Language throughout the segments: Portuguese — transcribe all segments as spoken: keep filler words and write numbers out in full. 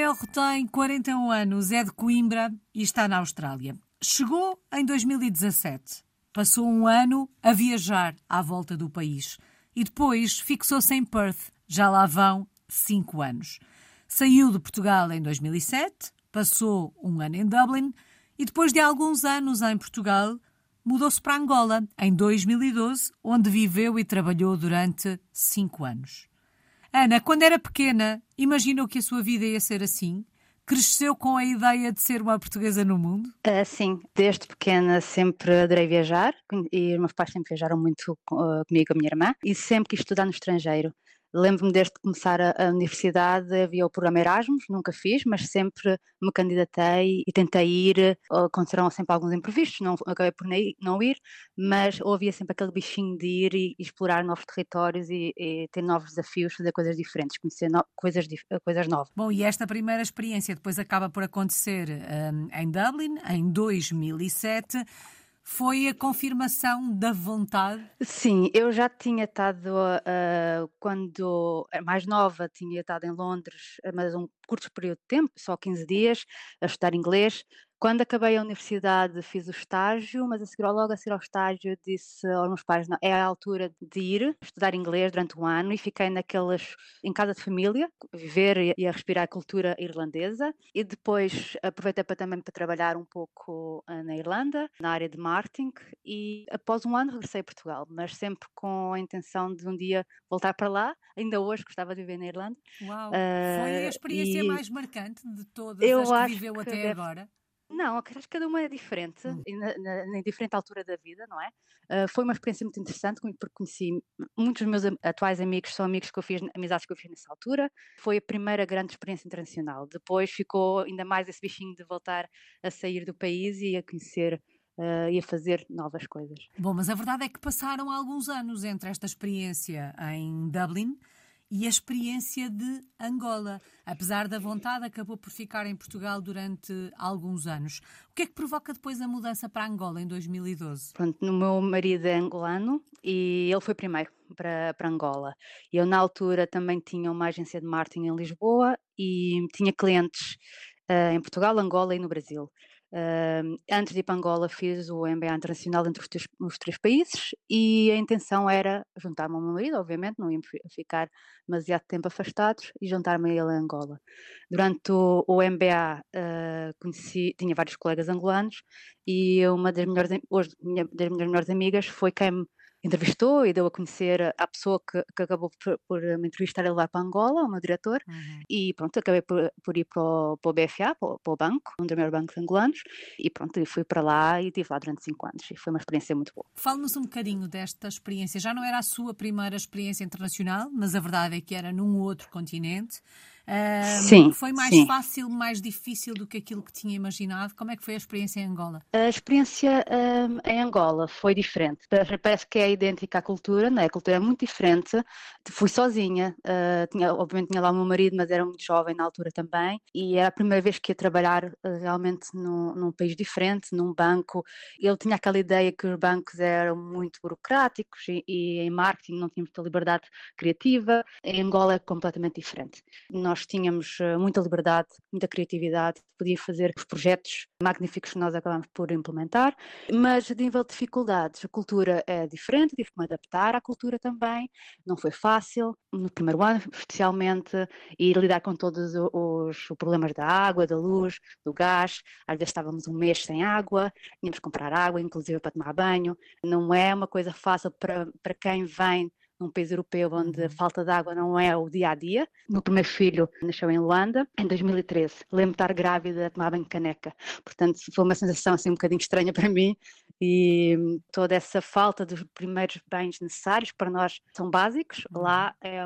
Melro tem quarenta e um anos, é de Coimbra e está na Austrália. Chegou em dois mil e dezassete. Passou um ano a viajar à volta do país e depois fixou-se em Perth. Já lá vão cinco anos. Saiu de Portugal em dois mil e sete, passou um ano em Dublin e depois de alguns anos em Portugal mudou-se para Angola em dois mil e doze, onde viveu e trabalhou durante cinco anos. Ana, quando era pequena, imaginou que a sua vida ia ser assim? Cresceu com a ideia de ser uma portuguesa no mundo? Uh, sim, desde pequena sempre adorei viajar e os meus pais sempre viajaram muito uh, comigo e com a minha irmã e sempre quis estudar no estrangeiro. Lembro-me desde começar a, a universidade, havia o programa Erasmus, nunca fiz, mas sempre me candidatei e tentei ir. Aconteceram sempre alguns imprevistos, não, acabei por não ir, mas havia sempre aquele bichinho de ir e, e explorar novos territórios e, e ter novos desafios, fazer coisas diferentes, conhecer no, coisas, coisas novas. Bom, e esta primeira experiência depois acaba por acontecer um, em Dublin, em dois mil e sete. Foi a confirmação da vontade? Sim, eu já tinha estado, uh, quando mais nova, tinha estado em Londres, mas um curto período de tempo, só quinze dias, a estudar inglês. Quando acabei a universidade fiz o estágio, mas a seguir, logo a seguir ao estágio disse aos meus pais, não, é a altura de ir estudar inglês durante um ano e fiquei naquelas, em casa de família, viver e a respirar a cultura irlandesa e depois aproveitei para, também para trabalhar um pouco na Irlanda, na área de marketing e após um ano regressei a Portugal, mas sempre com a intenção de um dia voltar para lá, ainda hoje gostava de viver na Irlanda. Uau, uh, foi a experiência e mais marcante de todas as que viveu que até deve... agora? Não, acho que cada uma é diferente, hum. na, na, na diferente altura da vida, não é? Uh, foi uma experiência muito interessante, porque conheci muitos dos meus atuais amigos, são amigos que eu fiz, amizades que eu fiz nessa altura. Foi a primeira grande experiência internacional. Depois ficou ainda mais esse bichinho de voltar a sair do país e a conhecer uh, e a fazer novas coisas. Bom, mas a verdade é que passaram alguns anos entre esta experiência em Dublin e a experiência de Angola. Apesar da vontade, acabou por ficar em Portugal durante alguns anos. O que é que provoca depois a mudança para Angola em dois mil e doze? Pronto, o meu marido é angolano e ele foi primeiro para, para Angola. Eu, na altura, também tinha uma agência de marketing em Lisboa e tinha clientes uh, em Portugal, Angola e no Brasil. Uh, antes de ir para Angola fiz o M B A internacional entre os, três, os três países e a intenção era juntar-me ao meu marido, obviamente, não íamos ficar demasiado tempo afastados e juntar-me a ele em Angola. Durante o, o M B A uh, conheci, tinha vários colegas angolanos e uma das melhores, hoje, minha, das minhas melhores amigas foi quem me entrevistou e deu a conhecer a pessoa que, que acabou por, por me entrevistar e levar para Angola, o meu diretor, uhum. E pronto, acabei por, por ir para o, para o B F A, para o, para o banco, um dos maiores bancos angolanos, e pronto, e fui para lá e estive lá durante cinco anos, e foi uma experiência muito boa. Fale-nos um bocadinho desta experiência, já não era a sua primeira experiência internacional, mas a verdade é que era num outro continente. Um, sim, foi mais sim. fácil, mais difícil do que aquilo que tinha imaginado? Como é que foi a experiência em Angola? A experiência um, em Angola foi diferente. Parece que é idêntica à cultura, não é? A cultura é muito diferente. Fui sozinha, uh, tinha, obviamente tinha lá o meu marido, mas era muito jovem na altura também, e era a primeira vez que ia trabalhar uh, realmente num, num país diferente, num banco. Ele tinha aquela ideia que os bancos eram muito burocráticos e, e em marketing não tínhamos muita liberdade criativa. Em Angola é completamente diferente. Nós tínhamos muita liberdade, muita criatividade, podia fazer os projetos magníficos que nós acabamos por implementar, mas a nível de dificuldades, a cultura é diferente, tive que me adaptar à cultura também, não foi fácil, no primeiro ano especialmente, e lidar com todos os, os problemas da água, da luz, do gás, às vezes estávamos um mês sem água, tínhamos que comprar água, inclusive para tomar banho, não é uma coisa fácil para, para quem vem num país europeu onde a falta de água não é o dia-a-dia. O meu primeiro filho nasceu em Luanda, em dois mil e treze. Lembro-me de estar grávida, a tomar banho de caneca. Portanto, foi uma sensação assim um bocadinho estranha para mim e toda essa falta dos primeiros bens necessários, para nós são básicos, uhum. Lá é...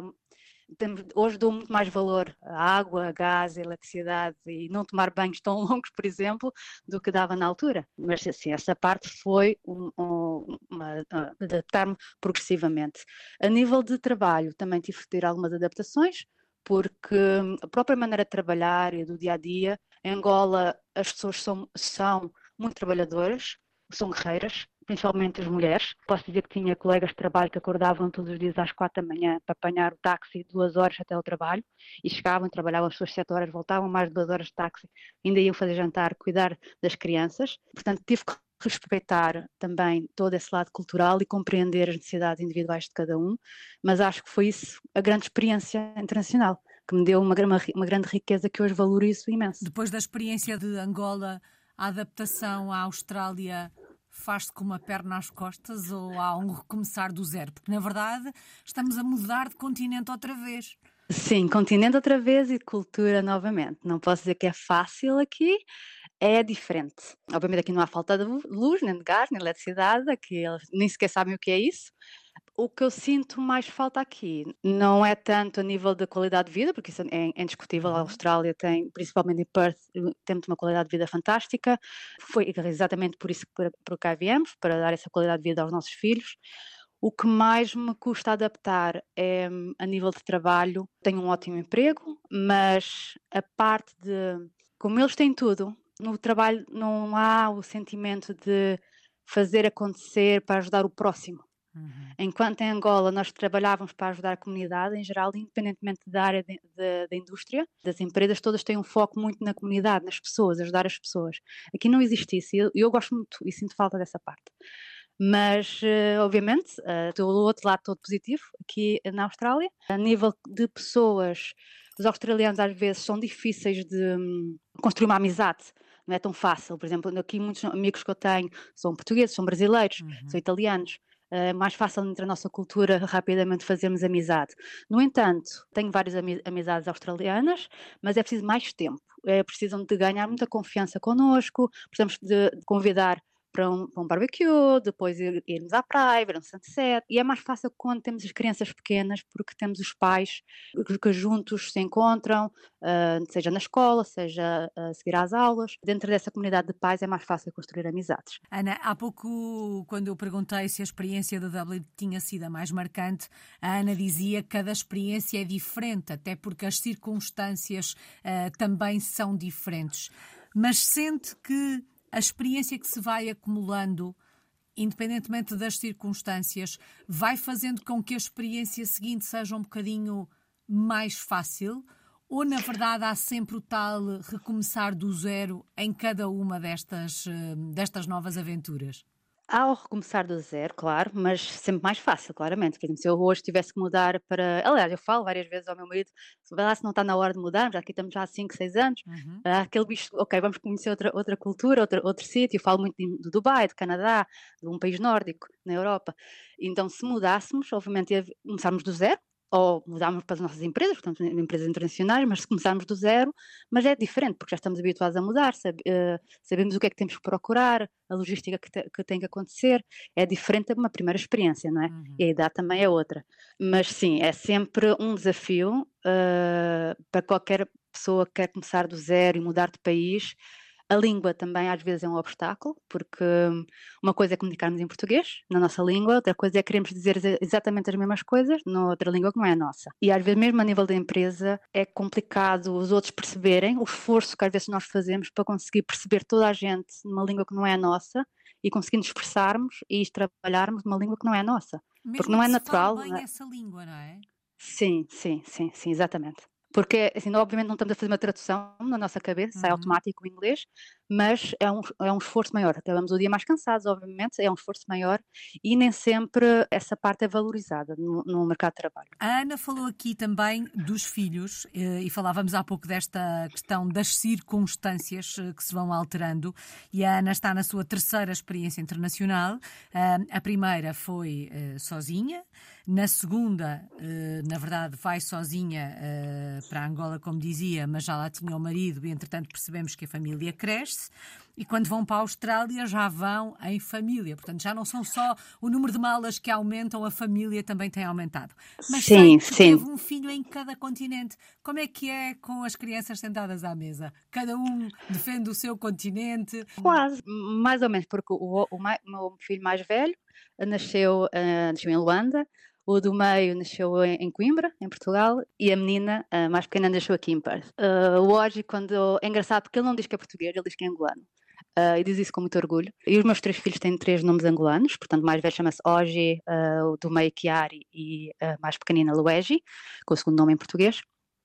Hoje dou muito mais valor à água, a gás, a eletricidade e não tomar banhos tão longos, por exemplo, do que dava na altura. Mas assim, essa parte foi um, um, uma, adaptar-me progressivamente. A nível de trabalho também tive que ter algumas adaptações, porque a própria maneira de trabalhar e do dia-a-dia, em Angola as pessoas são, são muito trabalhadoras, são guerreiras, principalmente as mulheres. Posso dizer que tinha colegas de trabalho que acordavam todos os dias às quatro da manhã para apanhar o táxi duas horas até o trabalho e chegavam, trabalhavam as suas sete horas, voltavam mais de duas horas de táxi, ainda iam fazer jantar, cuidar das crianças. Portanto, tive que respeitar também todo esse lado cultural e compreender as necessidades individuais de cada um, mas acho que foi isso a grande experiência internacional, que me deu uma, uma, uma grande riqueza que hoje valorizo imenso. Depois da experiência de Angola, a adaptação à Austrália faz-se com uma perna às costas ou há um recomeçar do zero? Porque, na verdade, estamos a mudar de continente outra vez. Sim, continente outra vez e cultura novamente. Não posso dizer que é fácil aqui, é diferente. Obviamente aqui não há falta de luz, nem de gás, nem de eletricidade, aqui eles nem sequer sabem o que é isso. O que eu sinto mais falta aqui não é tanto a nível da qualidade de vida, porque isso é, é indiscutível, a Austrália tem, principalmente em Perth, temos uma qualidade de vida fantástica, foi exatamente por isso que por, por cá viemos, para dar essa qualidade de vida aos nossos filhos. O que mais me custa adaptar é a nível de trabalho. Tenho um ótimo emprego, mas a parte de, como eles têm tudo, no trabalho não há o sentimento de fazer acontecer para ajudar o próximo. Uhum. Enquanto em Angola nós trabalhávamos para ajudar a comunidade em geral, independentemente da área da indústria, das empresas, todas têm um foco muito na comunidade, nas pessoas, ajudar as pessoas. Aqui não existe isso e eu, eu gosto muito e sinto falta dessa parte. Mas, obviamente, estou do outro lado todo positivo, aqui na Austrália. A nível de pessoas, os australianos às vezes são difíceis de um, construir uma amizade, não é tão fácil. Por exemplo, aqui muitos amigos que eu tenho são portugueses, são brasileiros, uhum. são italianos. É mais fácil entre a nossa cultura rapidamente fazermos amizade. No entanto, tenho várias amizades australianas, mas é preciso mais tempo. É, precisam de ganhar muita confiança connosco, precisamos de convidar para um, para um barbecue, depois ir, irmos à praia, ver um sunset, e é mais fácil quando temos as crianças pequenas, porque temos os pais que, que juntos se encontram, uh, seja na escola, seja a seguir às aulas. Dentro dessa comunidade de pais é mais fácil construir amizades. Ana, há pouco, quando eu perguntei se a experiência da Dublin tinha sido a mais marcante, a Ana dizia que cada experiência é diferente, até porque as circunstâncias uh, também são diferentes. Mas sente que a experiência que se vai acumulando, independentemente das circunstâncias, vai fazendo com que a experiência seguinte seja um bocadinho mais fácil? Ou, na verdade, há sempre o tal recomeçar do zero em cada uma destas, destas novas aventuras? Há o recomeçar do zero, claro, mas sempre mais fácil, claramente. Por exemplo, se eu hoje tivesse que mudar para... Aliás, eu falo várias vezes ao meu marido, se não está na hora de mudar, já aqui estamos já há cinco, seis anos, uhum. há aquele bicho, ok, vamos conhecer outra, outra cultura, outra, outro sítio. Eu falo muito de, de Dubai, de Canadá, de um país nórdico, na Europa. Então, se mudássemos, obviamente ia começarmos do zero, ou mudámos para as nossas empresas, portanto, empresas internacionais, mas se começarmos do zero, mas é diferente, porque já estamos habituados a mudar, sabe, uh, sabemos o que é que temos que procurar, a logística que, te, que tem que acontecer, é diferente de uma primeira experiência, não é? Uhum. E a idade também é outra. Mas sim, é sempre um desafio uh, para qualquer pessoa que quer começar do zero e mudar de país. A língua também às vezes é um obstáculo, porque uma coisa é comunicarmos em português, na nossa língua, outra coisa é queremos dizer exatamente as mesmas coisas noutra língua que não é a nossa. E às vezes mesmo a nível da empresa é complicado os outros perceberem o esforço que às vezes nós fazemos para conseguir perceber toda a gente numa língua que não é a nossa e conseguirmos expressarmos e trabalharmos numa língua que não é a nossa. Mesmo porque não é que natural. Se fala bem não é? essa língua, não é? Sim, sim, sim, sim, exatamente. Porque, assim, obviamente não estamos a fazer uma tradução na nossa cabeça, sai uhum. automático o inglês, mas é um, é um esforço maior. Acabamos o dia mais cansados, obviamente, é um esforço maior e nem sempre essa parte é valorizada no, no mercado de trabalho. A Ana falou aqui também dos filhos e falávamos há pouco desta questão das circunstâncias que se vão alterando e a Ana está na sua terceira experiência internacional. A primeira foi sozinha, na segunda, na verdade, vai sozinha para Angola, como dizia, mas já lá tinha o marido e, entretanto, percebemos que a família cresce. E quando vão para a Austrália já vão em família. Portanto, já não são só o número de malas que aumentam, a família também tem aumentado. Mas sim, sei que sim. teve um filho em cada continente. Como é que é com as crianças sentadas à mesa? Cada um defende o seu continente? Quase, mais ou menos, porque o, o, o meu filho mais velho nasceu, uh, nasceu em Luanda, o do meio nasceu em Coimbra, em Portugal, e a menina, a mais pequena, nasceu aqui em Perth. Uh, o Oji, quando... É engraçado porque ele não diz que é português, ele diz que é angolano. uh, e diz isso com muito orgulho. E os meus três filhos têm três nomes angolanos, portanto, o mais velho chama-se Oji, uh, o do meio Chiari e a mais pequenina Luegi, com o segundo nome em português.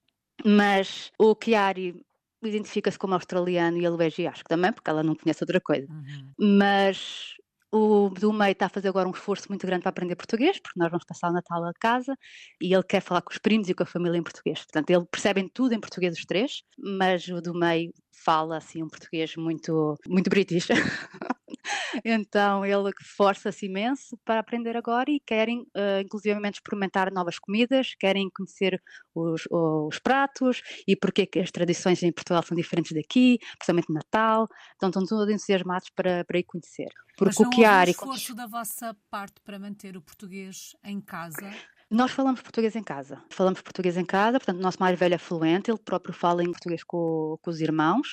Mas o Chiari identifica-se como australiano e a Luegi acho que também, porque ela não conhece outra coisa. Uhum. Mas o do meio está a fazer agora um esforço muito grande para aprender português, porque nós vamos passar o Natal a casa e ele quer falar com os primos e com a família em português. Portanto, ele percebem tudo em português os três, mas o do meio fala assim um português muito, muito british. Então ele força-se imenso para aprender agora e querem uh, inclusivamente experimentar novas comidas, querem conhecer os, os pratos e porque é que as tradições em Portugal são diferentes daqui, principalmente Natal. Então estão todos entusiasmados para, para ir conhecer. Porque Mas não houve um esforço da vossa parte para manter o português em casa? Nós falamos português em casa. Falamos português em casa, portanto, o nosso mais velho é fluente, ele próprio fala em português com, com os irmãos,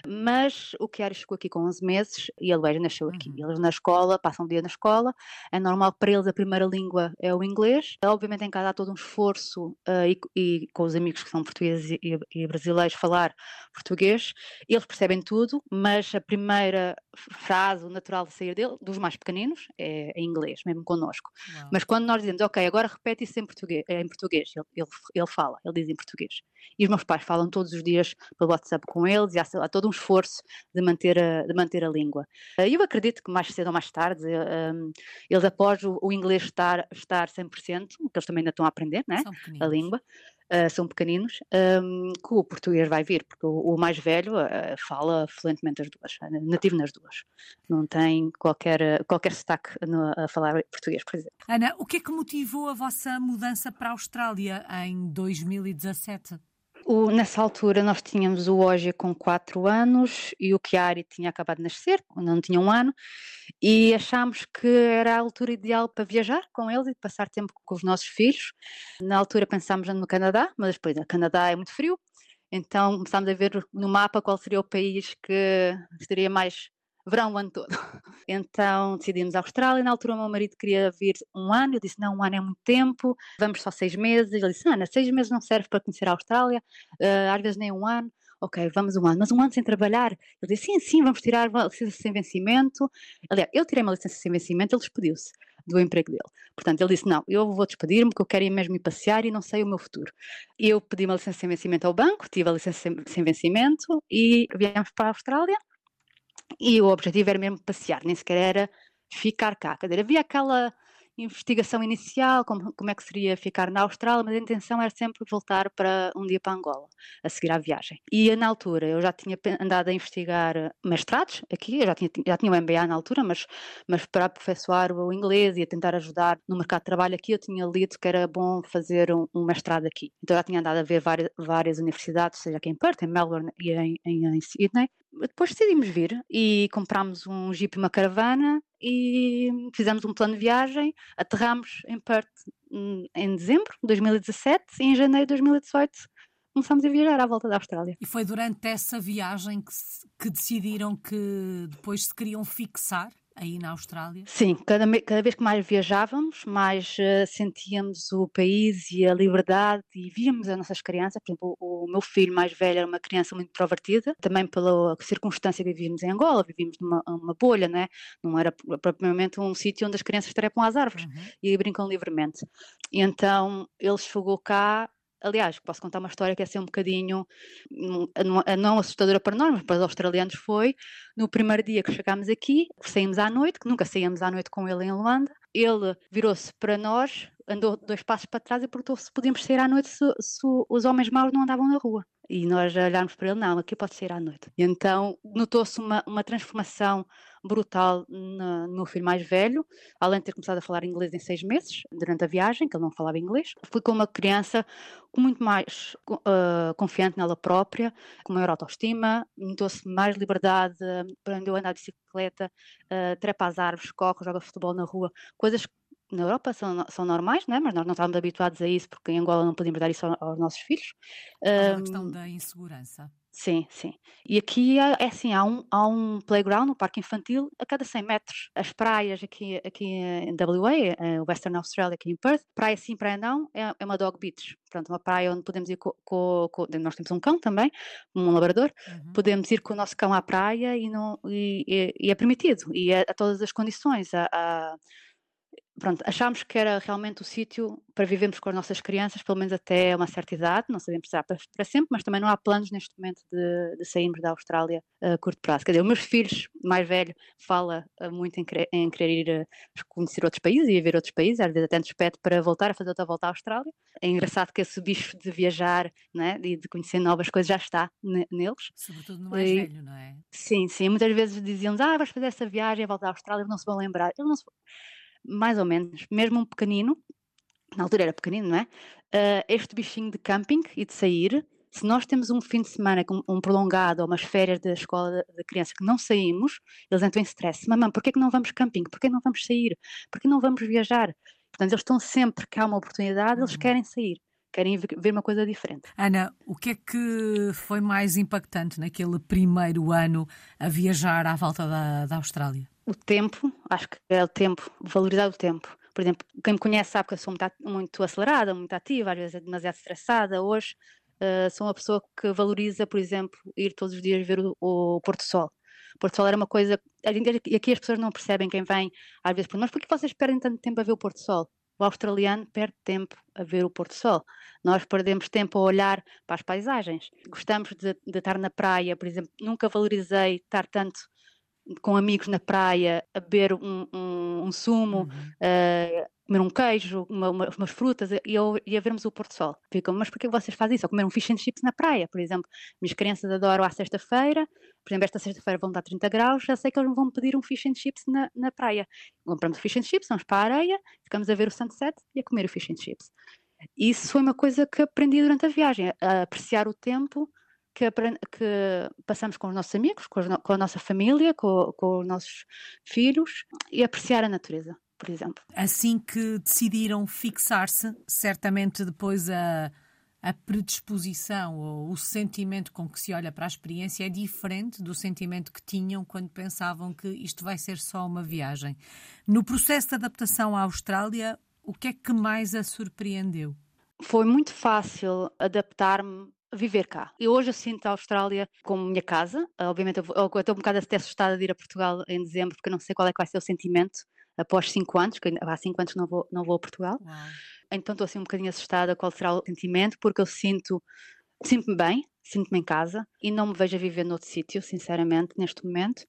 mas o Chiari chegou aqui com onze meses e a Luísa nasceu aqui. Uhum. Eles na escola, passam um dia na escola, é normal para eles a primeira língua é o inglês. Obviamente em casa há todo um esforço uh, e, e com os amigos que são portugueses e, e brasileiros falar português. Eles percebem tudo, mas a primeira frase, o natural de sair dele, dos mais pequeninos, é em inglês, mesmo connosco. Uau. Mas quando nós dizemos, ok, agora repete isso em português, em português. Ele, ele, ele fala, ele diz em português. E os meus pais falam todos os dias pelo WhatsApp com eles e há, há todo um esforço de manter a, de manter a língua. Eu acredito que mais cedo ou mais tarde, um, eles após o, o inglês estar, estar cem por cento, que eles também ainda estão a aprender, né? A língua, uh, são pequeninos, um, que o português vai vir, porque o, o mais velho uh, fala fluentemente as duas, nativo nas duas. Não tem qualquer, qualquer sotaque no, a falar português, por exemplo. Ana, o que é que motivou a vossa mudança para a Austrália em dois mil e dezassete? O, nessa altura nós tínhamos o Oji com quatro anos e o Chiari tinha acabado de nascer, não tinha um ano, e achámos que era a altura ideal para viajar com eles e passar tempo com os nossos filhos. Na altura pensámos no Canadá, mas depois o Canadá é muito frio, então começámos a ver no mapa qual seria o país que estaria mais verão o ano todo. Então decidimos a Austrália. Na altura o meu marido queria vir um ano, eu disse não, um ano é muito tempo, vamos só seis meses. Ele disse, Ana, seis meses não serve para conhecer a Austrália, uh, às vezes nem um ano. Ok, vamos um ano, mas um ano sem trabalhar? Ele disse, sim, sim, vamos tirar uma licença sem vencimento. Aliás, eu tirei uma licença sem vencimento, ele despediu-se do emprego dele. Portanto, ele disse, não, eu vou despedir-me porque eu quero ir mesmo ir passear e não sei o meu futuro. Eu pedi uma licença sem vencimento ao banco, tive a licença sem, sem vencimento e viemos para a Austrália. E o objetivo era mesmo passear, nem sequer era ficar cá. Quer dizer, havia aquela investigação inicial, como, como é que seria ficar na Austrália, mas a intenção era sempre voltar para um dia para Angola, a seguir à viagem. E na altura eu já tinha andado a investigar mestrados aqui, eu já tinha, já tinha o M B A na altura, mas, mas para aperfeiçoar o inglês e a tentar ajudar no mercado de trabalho aqui, eu tinha lido que era bom fazer um, um mestrado aqui. Então eu já tinha andado a ver várias, várias universidades, seja aqui em Perth, em Melbourne e em, em, em Sydney. Depois decidimos vir e comprámos um Jeep e uma caravana e fizemos um plano de viagem, aterramos em Perth em dezembro de dois mil e dezassete e em janeiro de dois mil e dezoito começámos a viajar à volta da Austrália. E foi durante essa viagem que, que decidiram que depois se queriam fixar aí na Austrália? Sim, cada, cada vez que mais viajávamos, mais uh, sentíamos o país e a liberdade e víamos as nossas crianças. Por exemplo, o, o meu filho mais velho era uma criança muito introvertida, também pela circunstância que vivíamos em Angola, vivíamos numa uma bolha, né? Não era propriamente um sítio onde as crianças trepam às árvores, uhum, e brincam livremente. E então ele chegou cá. Aliás, posso contar uma história que é assim um bocadinho, não assustadora para nós, mas para os australianos foi. No primeiro dia que chegámos aqui, saímos à noite, que nunca saíamos à noite com ele em Luanda, ele virou-se para nós, andou dois passos para trás e perguntou se podíamos sair à noite se, se os homens maus não andavam na rua. E nós olhámos para ele, não, aqui pode sair à noite. E então notou-se uma, uma transformação brutal no, no meu filho mais velho, além de ter começado a falar inglês em seis meses, durante a viagem, que ele não falava inglês. Fui com uma criança com muito mais uh, confiante nela própria, com maior autoestima, notou-se mais liberdade, aprendeu a andar de bicicleta, uh, trepa às árvores, corre, joga futebol na rua, coisas que na Europa são, são normais, não é? Mas nós não estávamos habituados a isso porque em Angola não podíamos dar isso aos nossos filhos. É uma questão da insegurança. Sim, sim. E aqui é, é assim, há um, há um playground, um parque infantil, a cada cem metros. As praias aqui, aqui em W A, eh, Western Australia, aqui em Perth, praia sim, praia não, é, é uma dog beach. Pronto, uma praia onde podemos ir com, com, com- nós temos um cão também, um labrador, Uhum. podemos ir com o nosso cão à praia e, não, e, e- e é permitido, e é a todas as condições. Há, há- Pronto, achámos que era realmente o sítio para vivermos com as nossas crianças, pelo menos até uma certa idade, não sabemos se será para, para sempre, mas também não há planos neste momento de, de sairmos da Austrália a curto prazo. Quer dizer, os meus filhos, mais velho, fala uh, muito em querer, em querer ir uh, conhecer outros países e a ver outros países, às vezes até nos pede para voltar a fazer outra volta à Austrália. É engraçado que esse bicho de viajar, né, e de conhecer novas coisas já está ne- neles. Sobretudo no mais E, velho, não é? sim, sim, muitas vezes diziam-nos, ah, vais fazer essa viagem, voltar à Austrália, eles não se vão lembrar. Eles não se mais ou menos, mesmo um pequenino, na altura era pequenino, não é? Uh, este bichinho de camping e de sair, se nós temos um fim de semana, com um prolongado ou umas férias da escola de, de crianças que não saímos, eles entram em stress. Mamãe, porquê que não vamos camping? Porquê que não vamos sair? Porquê que não vamos viajar? Portanto, eles estão sempre que há uma oportunidade, eles Uhum. querem sair, querem ver uma coisa diferente. Ana, o que é que foi mais impactante naquele primeiro ano a viajar à volta da, da Austrália? O tempo, acho que é o tempo, valorizar o tempo. Por exemplo, quem me conhece sabe que eu sou muito, muito acelerada, muito ativa, às vezes é demasiado estressada. Hoje uh, sou uma pessoa que valoriza, por exemplo, ir todos os dias ver o, o Porto Sol. O Porto Sol era uma coisa. E aqui as pessoas não percebem quem vem, às vezes, mas por que vocês perdem tanto tempo a ver o Porto Sol? O australiano perde tempo a ver o Porto Sol. Nós perdemos tempo a olhar para as paisagens. Gostamos de, de estar na praia, por exemplo, nunca valorizei estar tanto com amigos na praia a beber um, um, um sumo, Uhum. uh, comer um queijo, uma, uma, umas frutas e, eu, e a vermos o pôr do sol. Ficam, mas porquê vocês fazem isso? Ou comer um fish and chips na praia, por exemplo. Minhas crianças adoram à sexta-feira, por exemplo, esta sexta-feira vão estar trinta graus, já sei que eles vão pedir um fish and chips na, na praia. Compramos o fish and chips, vamos para a areia, ficamos a ver o sunset e a comer o fish and chips. Isso foi uma coisa que aprendi durante a viagem, a apreciar o tempo que, que passamos com os nossos amigos, com, com a nossa família, com, com os nossos filhos e apreciar a natureza, por exemplo. Assim que decidiram fixar-se, certamente depois a, a predisposição ou o sentimento com que se olha para a experiência é diferente do sentimento que tinham quando pensavam que isto vai ser só uma viagem. No processo de adaptação à Austrália, o que é que mais a surpreendeu? Foi muito fácil adaptar-me a viver cá. E hoje eu sinto a Austrália como minha casa. Obviamente eu, eu estou um bocado até assustada de ir a Portugal em dezembro, porque eu não sei qual é que vai ser o sentimento após cinco anos, que há cinco anos que não vou, não vou a Portugal. Uau. Então estou assim um bocadinho assustada qual será o sentimento, porque eu sinto, sinto-me bem, sinto-me em casa e não me vejo a viver noutro sítio, sinceramente, neste momento.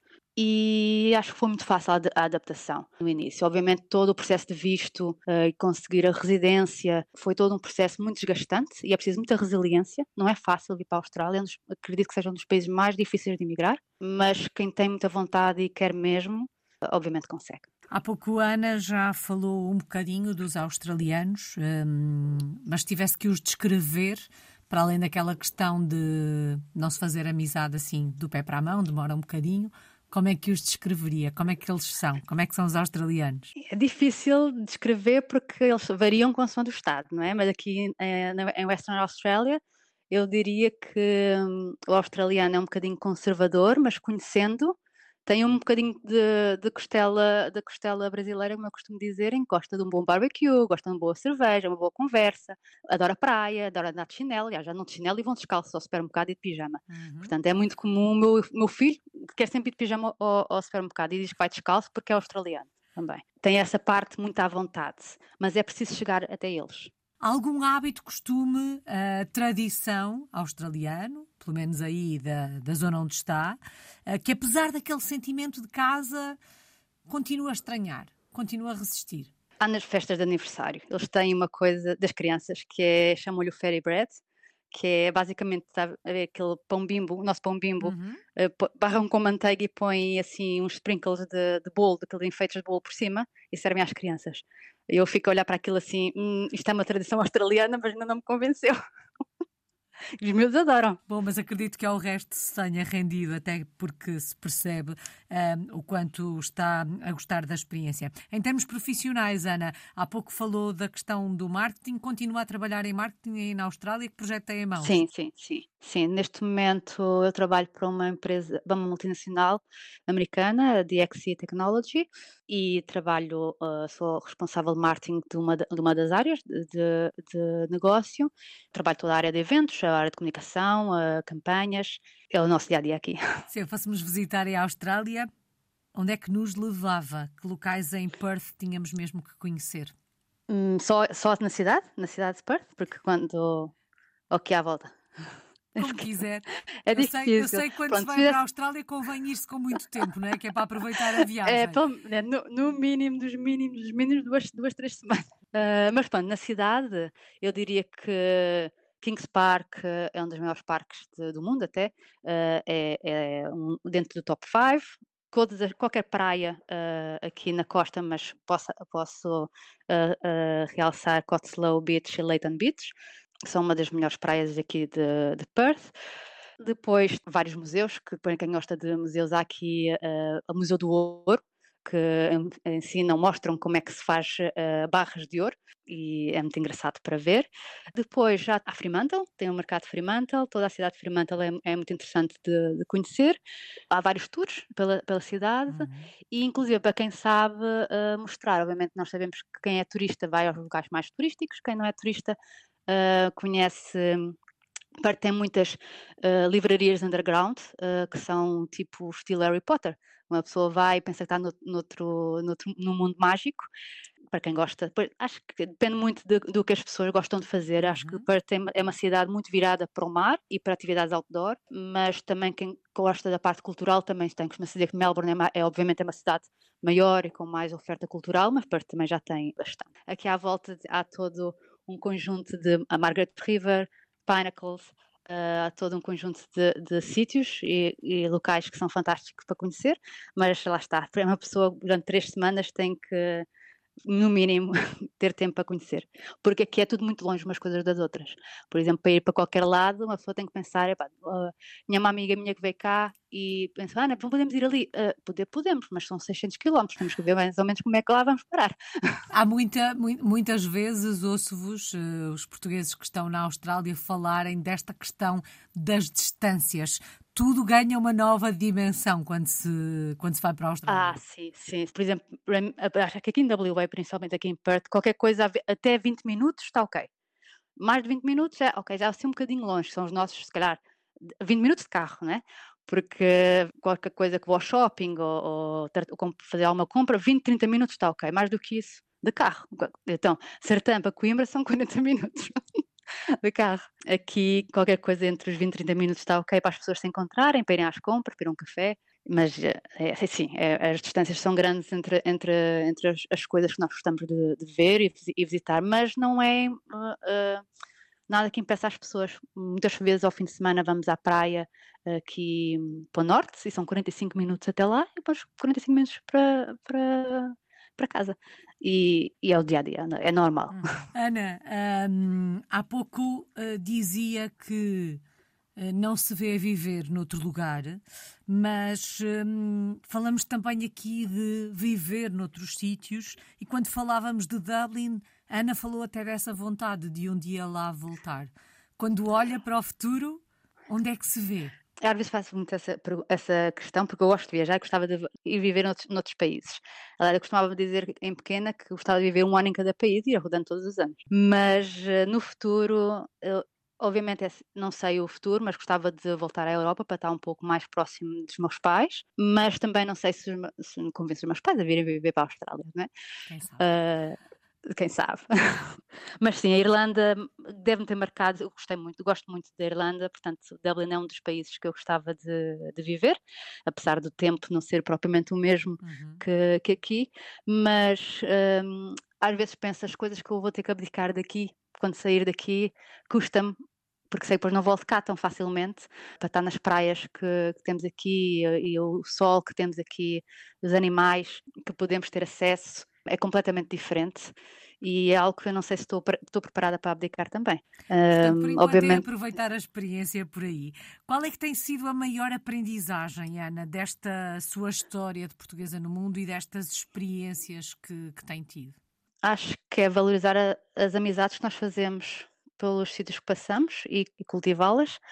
E acho que foi muito fácil a, a adaptação no início. Obviamente todo o processo de visto uh, e conseguir a residência foi todo um processo muito desgastante e é preciso muita resiliência. Não é fácil vir para a Austrália, acredito que seja um dos países mais difíceis de emigrar, mas quem tem muita vontade e quer mesmo, obviamente consegue. Há pouco a Ana já falou um bocadinho dos australianos, hum, mas se tivesse que os descrever, para além daquela questão de não se fazer amizade assim do pé para a mão, demora um bocadinho, como é que os descreveria? Como é que eles são? Como é que são os australianos? É difícil descrever porque eles variam consoante o estado, não é? Mas aqui eh, em Western Australia eu diria que hum, o australiano é um bocadinho conservador, mas conhecendo tem um bocadinho de, de costela, de costela brasileira, como eu costumo dizer, em que gosta de um bom barbecue, gosta de uma boa cerveja, uma boa conversa, adora praia, adora andar de chinelo, aliás, já não de chinelo e vão descalços ao supermercado e de pijama. Uhum. Portanto, é muito comum, o meu, meu filho quer sempre ir de pijama ao, ao supermercado e diz que vai descalço porque é australiano também. Tem essa parte muito à vontade, mas é preciso chegar até eles. Algum hábito, costume, uh, tradição australiano, pelo menos aí da, da zona onde está, uh, que apesar daquele sentimento de casa, continua a estranhar, continua a resistir? Há nas festas de aniversário, eles têm uma coisa das crianças que é, chamam-lhe o fairy bread, que é basicamente sabe, aquele pão bimbo, o nosso pão bimbo, Uhum. uh, barram com manteiga e põem assim uns sprinkles de, de bolo, daqueles enfeites de bolo por cima e servem às crianças. Eu fico a olhar para aquilo assim, hum, isto é uma tradição australiana, mas ainda não me convenceu. Os meus adoram. Bom, mas acredito que ao resto se tenha rendido, até porque se percebe um, o quanto está a gostar da experiência. Em termos profissionais, Ana, há pouco falou da questão do marketing. Continua a trabalhar em marketing aí na Austrália? Que projeto tem em mãos? Sim, sim, sim. Sim, neste momento eu trabalho para uma empresa, para uma multinacional americana, a D X E Technology, e trabalho, ah, sou responsável de marketing de uma, da- de uma das áreas de, de- de negócio. Trabalho toda a área de eventos, a área de comunicação, ah, campanhas, é o nosso dia a dia aqui. Se fôssemos visitar a Austrália, onde é que nos levava? Que locais em Perth tínhamos mesmo que conhecer? Hum, Só, só na cidade, na cidade de Perth, porque quando. Aqui à volta. Como quiser. É Eu sei, eu difícil. sei que quando se Pronto, se vai para a fizesse. Austrália convém ir-se com muito tempo, não é? Que é para aproveitar a É, viagem. pelo- né, no, no mínimo dos mínimos dos mínimos, duas, duas três semanas. Ah, mas pronto, na cidade, eu diria que Kings Park eh, é um dos maiores parques de- do mundo, até. Ah, é, é um- dentro do top cinco. Todas as- qualquer praia ah, aqui na costa, mas posso, posso ah, ah, realçar Cottesloe Beach e Leighton Beach, que são uma das melhores praias aqui de, de Perth. Depois, vários museus, que para quem gosta de museus, há aqui uh, o Museu do Ouro, que ensinam, mostram como é que se faz uh, barras de ouro, e é muito engraçado para ver. Depois já há Fremantle, tem o mercado de Fremantle, toda a cidade de Fremantle é, é muito interessante de, de conhecer. Há vários tours pela, pela cidade, Uhum. e inclusive para quem sabe uh, mostrar. Obviamente nós sabemos que quem é turista vai aos locais mais turísticos, quem não é turista uh, conhece. Perto tem muitas uh, livrarias underground, uh, que são tipo estilo Harry Potter. Uma pessoa vai e pensa que está no, noutro, noutro, num mundo mágico. Para quem gosta, pois, acho que depende muito de, do que as pessoas gostam de fazer. Acho que Uhum. Perth tem, é uma cidade muito virada para o mar e para atividades outdoor, mas também quem gosta da parte cultural também tem. Costuma-se dizer que Melbourne é, é obviamente é uma cidade maior e com mais oferta cultural, mas Perth também já tem bastante. Aqui à volta há todo um conjunto de a Margaret River, Pinnacles, uh, há todo um conjunto de, de sítios e, e locais que são fantásticos para conhecer, mas lá está, para uma pessoa durante três semanas tem que, no mínimo, ter tempo para conhecer, porque aqui é tudo muito longe umas coisas das outras. Por exemplo, para ir para qualquer lado, uma pessoa tem que pensar, epá, uh, tinha uma amiga minha que veio cá e pensa, ah, não podemos ir ali. Uh, poder podemos, mas são seiscentos quilómetros, temos que ver mais ou menos como é que lá vamos parar. Há muita, mui- muitas vezes ouço-vos, eh, os portugueses que estão na Austrália, falarem desta questão das distâncias. Tudo ganha uma nova dimensão quando se, quando se vai para a Ah, Austrália. sim, sim. Por exemplo, para mim, acho que aqui em W A, principalmente aqui em Perth, qualquer coisa a ve- até vinte minutos está ok. Mais de vinte minutos é ok, já é assim um bocadinho longe, são os nossos, se calhar, vinte minutos de carro, né? Porque qualquer coisa que vou ao shopping ou, ou ter- ou comp- fazer alguma compra, vinte, trinta minutos está ok, mais do que isso de carro. Então, Sertã para Coimbra são quarenta minutos de carro. Aqui, qualquer coisa entre os vinte e trinta minutos está ok para as pessoas se encontrarem, para irem às compras, para ir a um café. Mas, eh, é, assim, é, as distâncias são grandes entre, entre, entre as, as coisas que nós gostamos de, de ver e, visi- e visitar, mas não é uh, uh, nada que impeça as pessoas. Muitas vezes, ao fim de semana, vamos à praia aqui para o norte, e são quarenta e cinco minutos até lá, e depois quarenta e cinco minutos para, para, para casa. E, e é o dia a dia, é normal. Uhum. Ana, hum, há pouco eh, dizia que eh, não se vê viver noutro lugar, mas hum, falamos também aqui de viver noutros sítios e quando falávamos de Dublin, a Ana falou até dessa vontade de um dia lá voltar. Quando olha para o futuro, onde é que se vê? Eu às vezes faço muito essa, pergu- essa questão, porque eu gosto de viajar, gostava de ir viver noutros, noutros países. Aliás, eu costumava dizer em pequena que gostava de viver um ano em cada país e ir rodando todos os anos. Mas eh, no futuro, eu, obviamente é- não sei o futuro, mas gostava de voltar à Europa para estar um pouco mais próximo dos meus pais. Mas também não sei se, os me- se me convenço os meus pais a virem viver para a Austrália, não é? Quem sabe? Ah, quem sabe? Mas sim, a Irlanda deve-me ter marcado. Eu gostei muito, gosto muito da Irlanda, portanto, Dublin é um dos países que eu gostava de, de viver, apesar do tempo não ser propriamente o mesmo Uhum. que, que aqui. Mas hum, às vezes penso as coisas que eu vou ter que abdicar daqui, quando sair daqui, custa-me. Porque sei que depois não volto cá tão facilmente para estar nas praias que, que temos aqui e, e o sol que temos aqui, os animais que podemos ter acesso, é completamente diferente e é algo que eu não sei se estou, pre- estou preparada para abdicar também. Portanto, por Hum, enquanto é obviamente, aproveitar a experiência por aí. Qual é que tem sido a maior aprendizagem, Ana, desta sua história de portuguesa no mundo e destas experiências que, que tem tido? acho que é valorizar a- as amizades que nós fazemos pelos sítios que passamos e, e cultivá-las,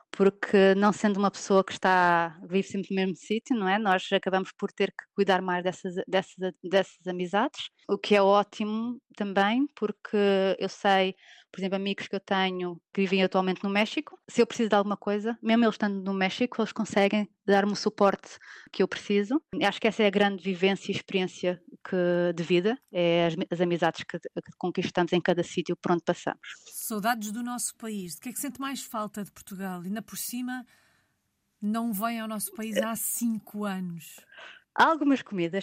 porque não sendo uma pessoa que está, vive sempre no mesmo sítio, não é? Nós acabamos por ter que cuidar mais dessas, dessas, dessas amizades, o que é ótimo também, porque eu sei, por exemplo, amigos que eu tenho que vivem atualmente no México, se eu preciso de alguma coisa, mesmo eles estando no México, eles conseguem dar-me o suporte que eu preciso. Acho que essa é a grande vivência e experiência que, de vida, é as, as amizades que, que conquistamos em cada sítio por onde passamos. Saudades do nosso país. De que é que sente mais falta de Portugal? Ainda por cima, não vem ao nosso país há cinco anos. Há algumas comidas.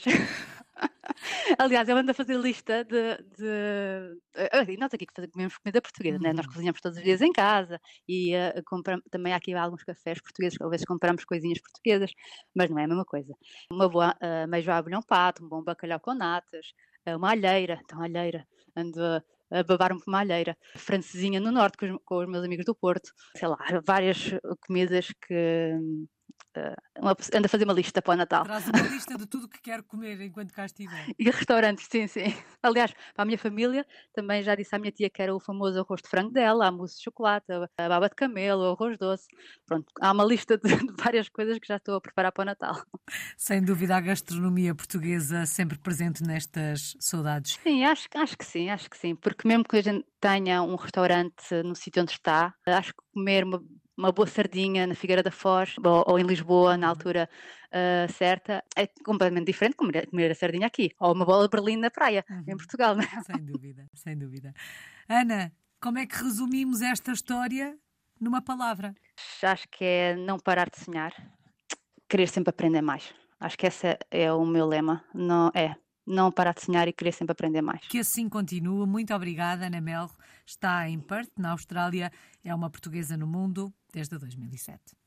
Aliás, eu ando a fazer lista de. de... Nós aqui comemos comida portuguesa, uhum. né? Nós cozinhamos todos os dias em casa e uh, compramos, também há aqui alguns cafés portugueses, às vezes compramos coisinhas portuguesas, mas não é a mesma coisa. Uma boa uh, meijoa à bolhão pato, um bom bacalhau com natas, uh, uma alheira, então alheira, ando a, a babar-me por uma alheira, francesinha no norte com os, com os meus amigos do Porto, sei lá, várias comidas que. Uh, uma, ando a fazer uma lista para o Natal. Traz uma lista de tudo o que quero comer enquanto cá estiver. E restaurantes, sim, sim. Aliás, para a minha família, também já disse à minha tia que era o famoso arroz de frango dela, a mousse de chocolate, a baba de camelo, o arroz doce. Pronto, há uma lista de, de várias coisas que já estou a preparar para o Natal. Sem dúvida, a gastronomia portuguesa sempre presente nestas saudades. Sim, acho, acho que sim, acho que sim. Porque mesmo que a gente tenha um restaurante no sítio onde está, acho que comer uma uma boa sardinha na Figueira da Foz ou, ou em Lisboa, na altura uh, certa, é completamente diferente de comer, comer a sardinha aqui, ou uma bola de Berlim na praia, uhum. em Portugal, não é? Sem dúvida, sem dúvida. Ana, como é que resumimos esta história numa palavra? Acho que é não parar de sonhar, querer sempre aprender mais. Acho que esse é o meu lema, não é... não parar de sonhar e querer sempre aprender mais. Que assim continua. Muito obrigada, Ana Melro. Está em Perth, na Austrália. É uma portuguesa no mundo desde dois mil e sete.